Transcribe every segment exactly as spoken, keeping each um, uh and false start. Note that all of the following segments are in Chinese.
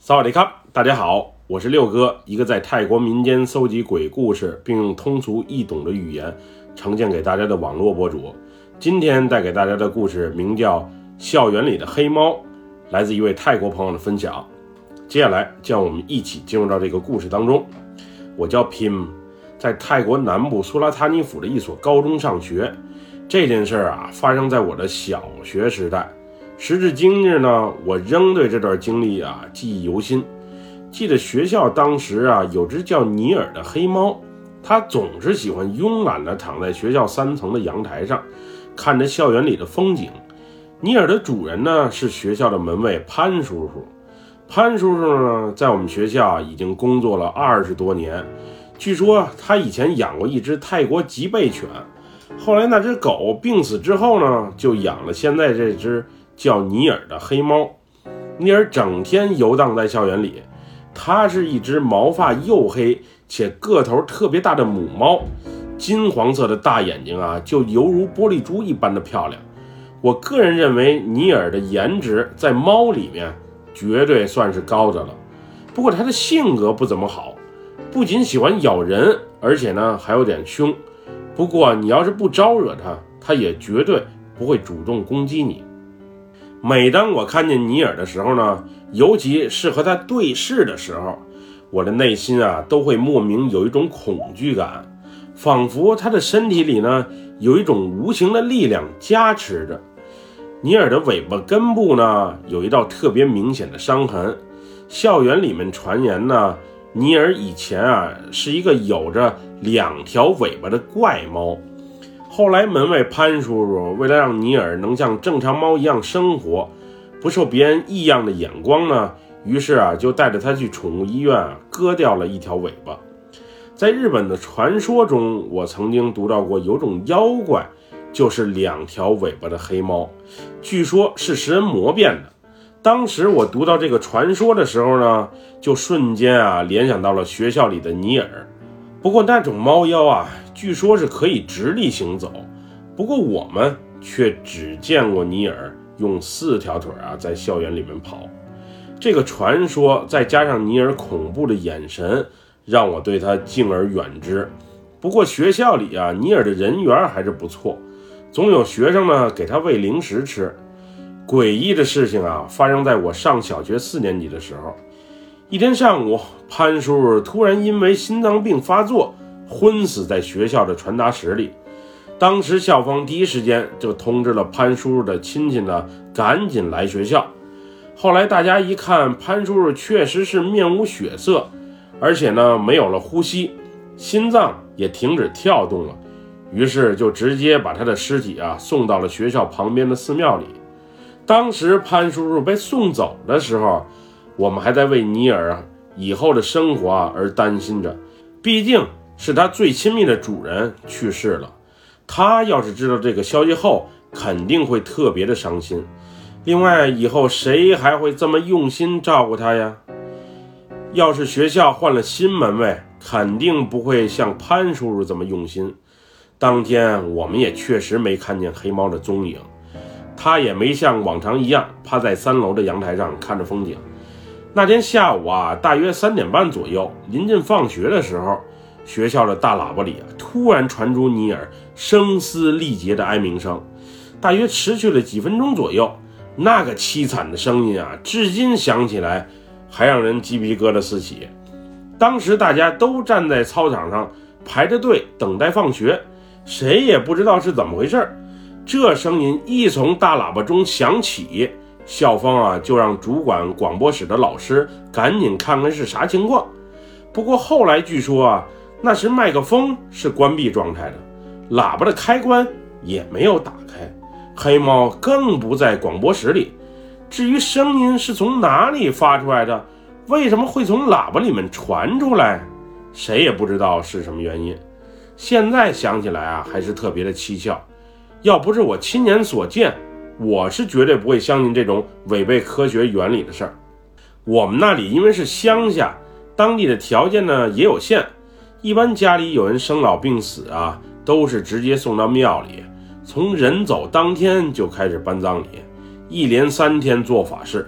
萨瓦迪卡，大家好，我是六哥，一个在泰国民间搜集鬼故事，并用通俗易懂的语言呈现给大家的网络博主。今天带给大家的故事名叫《校园里的黑猫》，来自一位泰国朋友的分享。接下来，让我们一起进入到这个故事当中。我叫 Pim， 在泰国南部苏拉塔尼府的一所高中上学。这件事啊，发生在我的小学时代。时至今日呢，我仍对这段经历啊记忆犹新。记得学校当时啊有只叫尼尔的黑猫，它总是喜欢慵懒地躺在学校三层的阳台上，看着校园里的风景。尼尔的主人呢是学校的门卫潘叔叔。潘叔叔呢在我们学校已经工作了二十多年，据说他以前养过一只泰国吉贝犬，后来那只狗病死之后呢，就养了现在这只叫尼尔的黑猫。尼尔整天游荡在校园里，它是一只毛发黝黑且个头特别大的母猫，金黄色的大眼睛啊，就犹如玻璃珠一般的漂亮。我个人认为尼尔的颜值在猫里面绝对算是高的了，不过它的性格不怎么好，不仅喜欢咬人，而且呢还有点凶。不过你要是不招惹它，它也绝对不会主动攻击你。每当我看见尼尔的时候呢，尤其是和他对视的时候，我的内心啊都会莫名有一种恐惧感，仿佛他的身体里呢有一种无形的力量加持着。尼尔的尾巴根部呢有一道特别明显的伤痕，校园里面传言呢，尼尔以前啊是一个有着两条尾巴的怪猫。后来门卫潘叔叔为了让尼尔能像正常猫一样生活，不受别人异样的眼光呢，于是啊就带着他去宠物医院啊割掉了一条尾巴。在日本的传说中，我曾经读到过有种妖怪就是两条尾巴的黑猫，据说是食人魔变的。当时我读到这个传说的时候呢，就瞬间啊联想到了学校里的尼尔。不过那种猫妖啊，据说是可以直立行走，不过我们却只见过尼尔用四条腿啊在校园里面跑。这个传说再加上尼尔恐怖的眼神，让我对他敬而远之。不过学校里啊，尼尔的人缘还是不错，总有学生呢给他喂零食吃。诡异的事情啊，发生在我上小学四年级的时候。一天上午，潘叔叔突然因为心脏病发作昏死在学校的传达室里。当时校方第一时间就通知了潘叔叔的亲戚呢，赶紧来学校。后来大家一看，潘叔叔确实是面无血色，而且呢没有了呼吸，心脏也停止跳动了，于是就直接把他的尸体啊送到了学校旁边的寺庙里。当时潘叔叔被送走的时候，我们还在为尼尔啊以后的生活啊而担心着，毕竟是他最亲密的主人去世了。他要是知道这个消息后，肯定会特别的伤心。另外，以后谁还会这么用心照顾他呀？要是学校换了新门卫，肯定不会像潘叔叔这么用心。当天我们也确实没看见黑猫的踪影，他也没像往常一样趴在三楼的阳台上看着风景。那天下午啊，大约三点半左右，临近放学的时候，学校的大喇叭里啊，突然传出尼尔声嘶力竭的哀鸣声。大约持续了几分钟左右，那个凄惨的声音啊，至今想起来还让人鸡皮疙瘩四起。当时大家都站在操场上排着队等待放学，谁也不知道是怎么回事。这声音一从大喇叭中响起，校方啊就让主管广播室的老师赶紧看看是啥情况。不过后来据说啊，那时麦克风是关闭状态的，喇叭的开关也没有打开，黑猫更不在广播室里。至于声音是从哪里发出来的，为什么会从喇叭里面传出来，谁也不知道是什么原因。现在想起来啊，还是特别的蹊跷。要不是我亲眼所见，我是绝对不会相信这种违背科学原理的事儿。我们那里因为是乡下，当地的条件呢也有限，一般家里有人生老病死啊，都是直接送到庙里，从人走当天就开始办葬礼，一连三天做法事，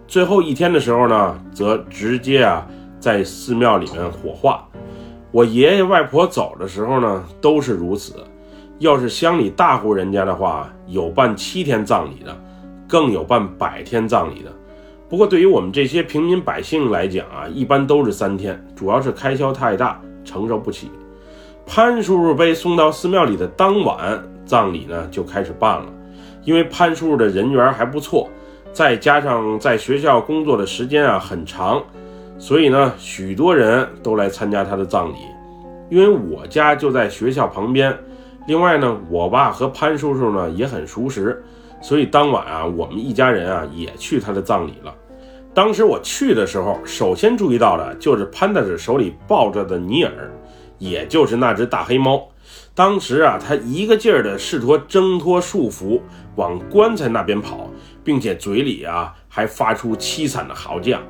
最后一天的时候呢，则直接啊在寺庙里面火化。我爷爷外婆走的时候呢，都是如此。要是乡里大户人家的话，有办七天葬礼的，更有办百天葬礼的。不过对于我们这些平民百姓来讲啊，一般都是三天，主要是开销太大，承受不起。潘叔叔被送到寺庙里的当晚，葬礼呢就开始办了。因为潘叔叔的人缘还不错，再加上在学校工作的时间啊很长，所以呢许多人都来参加他的葬礼。因为我家就在学校旁边，另外呢我爸和潘叔叔呢也很熟识，所以当晚啊我们一家人啊也去他的葬礼了。当时我去的时候，首先注意到的就是潘大使手里抱着的尼尔，也就是那只大黑猫。当时啊他一个劲儿的试图挣脱束缚往棺材那边跑，并且嘴里啊还发出凄惨的嚎叫。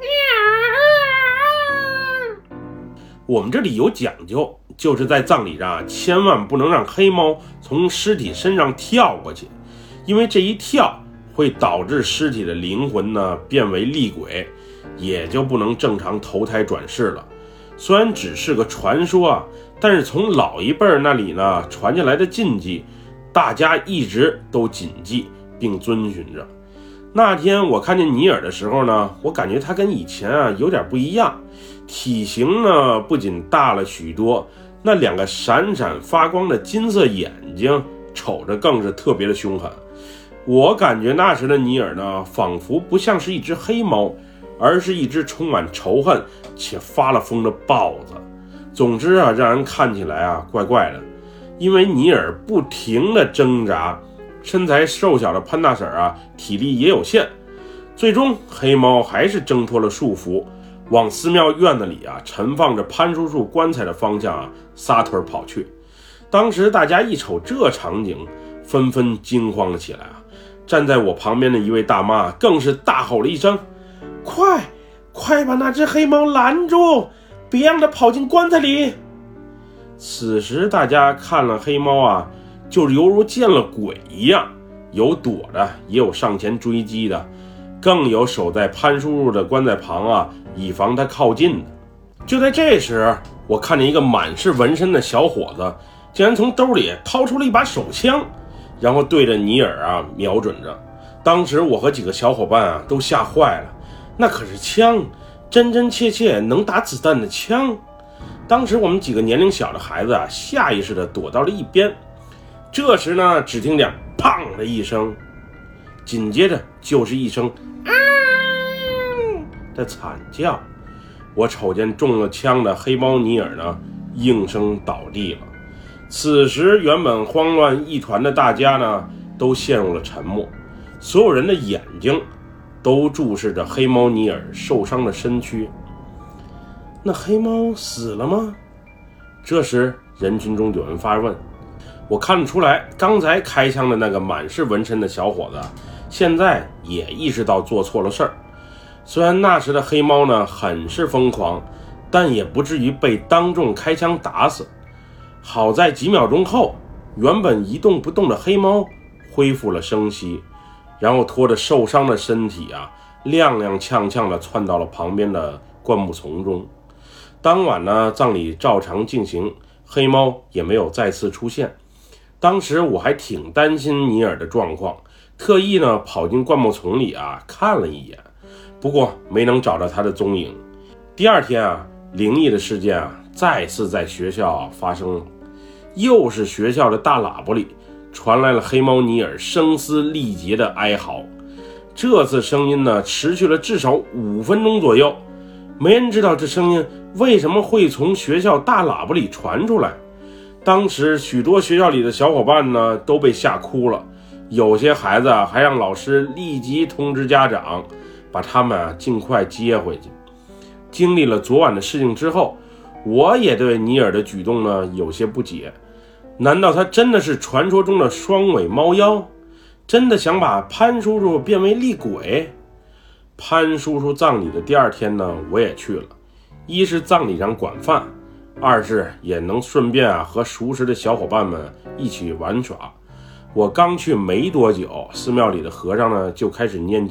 我们这里有讲究，就是在葬礼上啊千万不能让黑猫从尸体身上跳过去，因为这一跳会导致尸体的灵魂呢变为厉鬼，也就不能正常投胎转世了。虽然只是个传说啊，但是从老一辈那里呢传下来的禁忌，大家一直都谨记并遵循着。那天我看见尼尔的时候呢，我感觉他跟以前啊有点不一样，体型呢不仅大了许多，那两个闪闪发光的金色眼睛瞅着更是特别的凶狠。我感觉那时的尼尔呢，仿佛不像是一只黑猫，而是一只充满仇恨且发了疯的豹子。总之啊，让人看起来啊怪怪的。因为尼尔不停地挣扎，身材瘦小的潘大婶啊体力也有限，最终黑猫还是挣脱了束缚，往寺庙院子里啊盛放着潘叔叔棺材的方向啊撒腿跑去。当时大家一瞅这场景，纷纷惊慌了起来啊。站在我旁边的一位大妈更是大吼了一声：快快把那只黑猫拦住，别让它跑进棺材里。此时大家看了黑猫啊，就犹如见了鬼一样，有躲的，也有上前追击的，更有守在潘叔叔的棺材旁啊，以防他靠近的。就在这时，我看见一个满是纹身的小伙子竟然从兜里掏出了一把手枪，然后对着尼尔啊瞄准着。当时我和几个小伙伴啊都吓坏了，那可是枪，真真切切能打子弹的枪。当时我们几个年龄小的孩子啊下意识地躲到了一边。这时呢，只听见砰的一声，紧接着就是一声啊的惨叫。我瞅见中了枪的黑猫尼尔呢应声倒地了。此时原本慌乱一团的大家呢都陷入了沉默，所有人的眼睛都注视着黑猫尼尔受伤的身躯。那黑猫死了吗？这时人群中有人发问。我看得出来，刚才开枪的那个满是纹身的小伙子现在也意识到做错了事儿。虽然那时的黑猫呢很是疯狂，但也不至于被当众开枪打死。好在几秒钟后，原本一动不动的黑猫恢复了生息，然后拖着受伤的身体啊踉踉跄跄地窜到了旁边的灌木丛中。当晚呢，葬礼照常进行，黑猫也没有再次出现。当时我还挺担心尼尔的状况，特意呢跑进灌木丛里啊看了一眼，不过没能找到他的踪影。第二天啊，灵异的事件啊再次在学校、啊、发生了，又是学校的大喇叭里传来了黑猫尼尔声嘶力竭的哀嚎。这次声音呢持续了至少五分钟左右，没人知道这声音为什么会从学校大喇叭里传出来。当时许多学校里的小伙伴呢都被吓哭了，有些孩子啊还让老师立即通知家长，把他们啊尽快接回去。经历了昨晚的事情之后，我也对尼尔的举动呢有些不解。难道他真的是传说中的双尾猫妖，真的想把潘叔叔变为厉鬼？潘叔叔葬礼的第二天呢，我也去了，一是葬礼上管饭，二是也能顺便啊和熟识的小伙伴们一起玩耍。我刚去没多久，寺庙里的和尚呢就开始念经，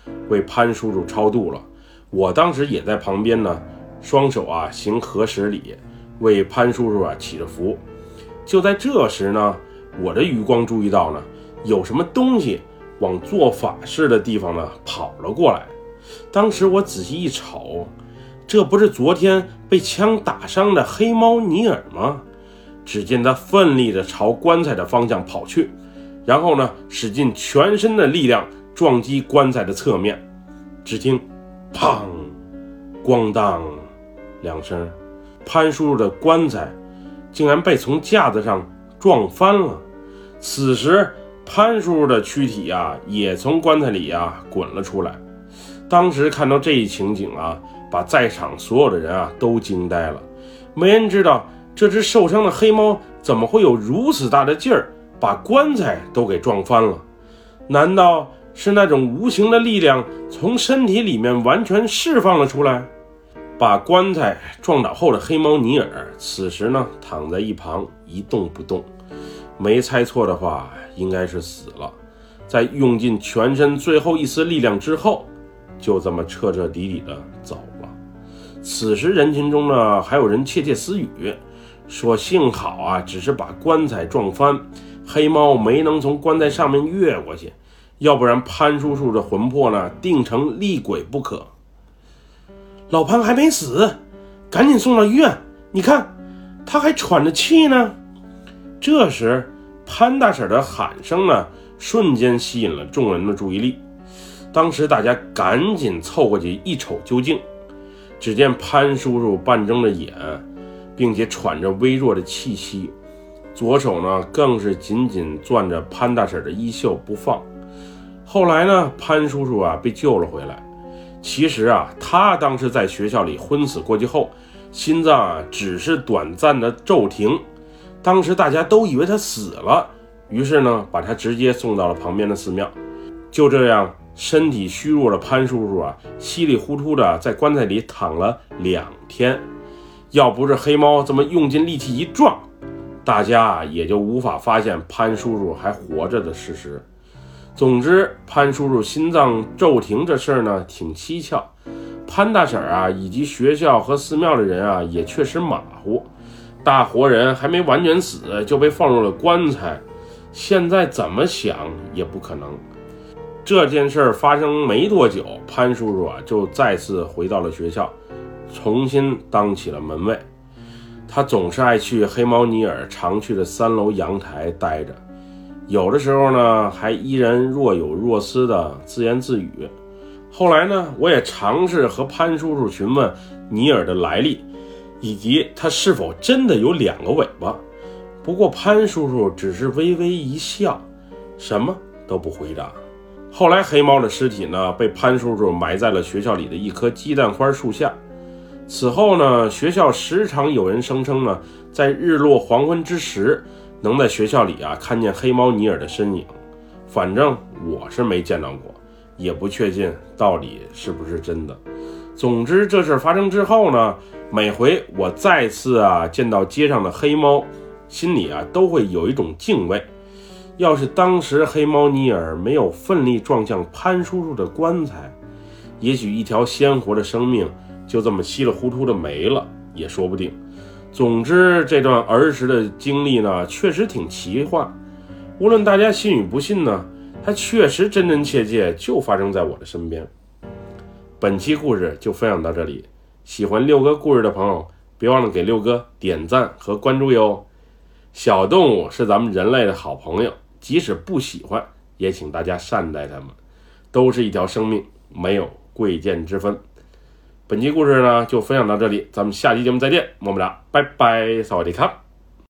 为潘叔叔超度了。我当时也在旁边呢，双手啊行合十礼，为潘叔叔啊祈着福。就在这时呢，我的余光注意到呢，有什么东西往做法事的地方呢跑了过来。当时我仔细一瞅，这不是昨天被枪打伤的黑猫尼尔吗？只见他奋力地朝棺材的方向跑去，然后呢，使尽全身的力量撞击棺材的侧面。只听砰咣当两声，潘叔叔的棺材竟然被从架子上撞翻了。此时潘叔叔的躯体啊也从棺材里啊滚了出来。当时看到这一情景啊，把在场所有的人啊都惊呆了。没人知道这只受伤的黑猫怎么会有如此大的劲儿，把棺材都给撞翻了。难道是那种无形的力量从身体里面完全释放了出来？把棺材撞倒后的黑猫尼尔此时呢躺在一旁一动不动，没猜错的话应该是死了。在用尽全身最后一丝力量之后，就这么彻彻底底的走了。此时人群中呢还有人窃窃私语，说幸好啊只是把棺材撞翻，黑猫没能从棺材上面越过去，要不然潘叔叔的魂魄呢定成厉鬼不可。老潘还没死，赶紧送到医院，你看他还喘着气呢。这时潘大婶的喊声呢瞬间吸引了众人的注意力。当时大家赶紧凑过去一瞅究竟，只见潘叔叔半睁着眼，并且喘着微弱的气息，左手呢更是紧紧攥着潘大婶的衣袖不放。后来呢，潘叔叔啊被救了回来。其实啊，他当时在学校里昏死过去后，心脏啊只是短暂的骤停，当时大家都以为他死了，于是呢把他直接送到了旁边的寺庙。就这样，身体虚弱的潘叔叔啊，稀里糊涂的在棺材里躺了两天。要不是黑猫这么用尽力气一撞，大家啊也就无法发现潘叔叔还活着的事实。总之，潘叔叔心脏骤停这事儿呢挺蹊跷。潘大婶啊以及学校和寺庙的人啊也确实马虎，大活人还没完全死就被放入了棺材，现在怎么想也不可能。这件事发生没多久，潘叔叔啊就再次回到了学校，重新当起了门卫。他总是爱去黑猫尼尔常去的三楼阳台待着，有的时候呢还依然若有若思的自言自语。后来呢，我也尝试和潘叔叔询问尼尔的来历，以及他是否真的有两个尾巴。不过潘叔叔只是微微一笑，什么都不回答。后来黑猫的尸体呢被潘叔叔埋在了学校里的一棵鸡蛋花树下。此后呢，学校时常有人声称呢，在日落黄昏之时能在学校里啊看见黑猫尼尔的身影。反正我是没见到过，也不确定到底是不是真的。总之这事发生之后呢，每回我再次啊见到街上的黑猫，心里啊都会有一种敬畏。要是当时黑猫尼尔没有奋力撞向潘叔叔的棺材，也许一条鲜活的生命就这么稀里糊涂的没了也说不定。总之这段儿时的经历呢确实挺奇幻，无论大家信与不信呢，它确实真真切切就发生在我的身边。本期故事就分享到这里，喜欢六哥故事的朋友别忘了给六哥点赞和关注哟。小动物是咱们人类的好朋友，即使不喜欢也请大家善待它们，都是一条生命，没有贵贱之分。本期故事呢就分享到这里，咱们下期节目再见，么么哒，拜拜，萨瓦迪卡。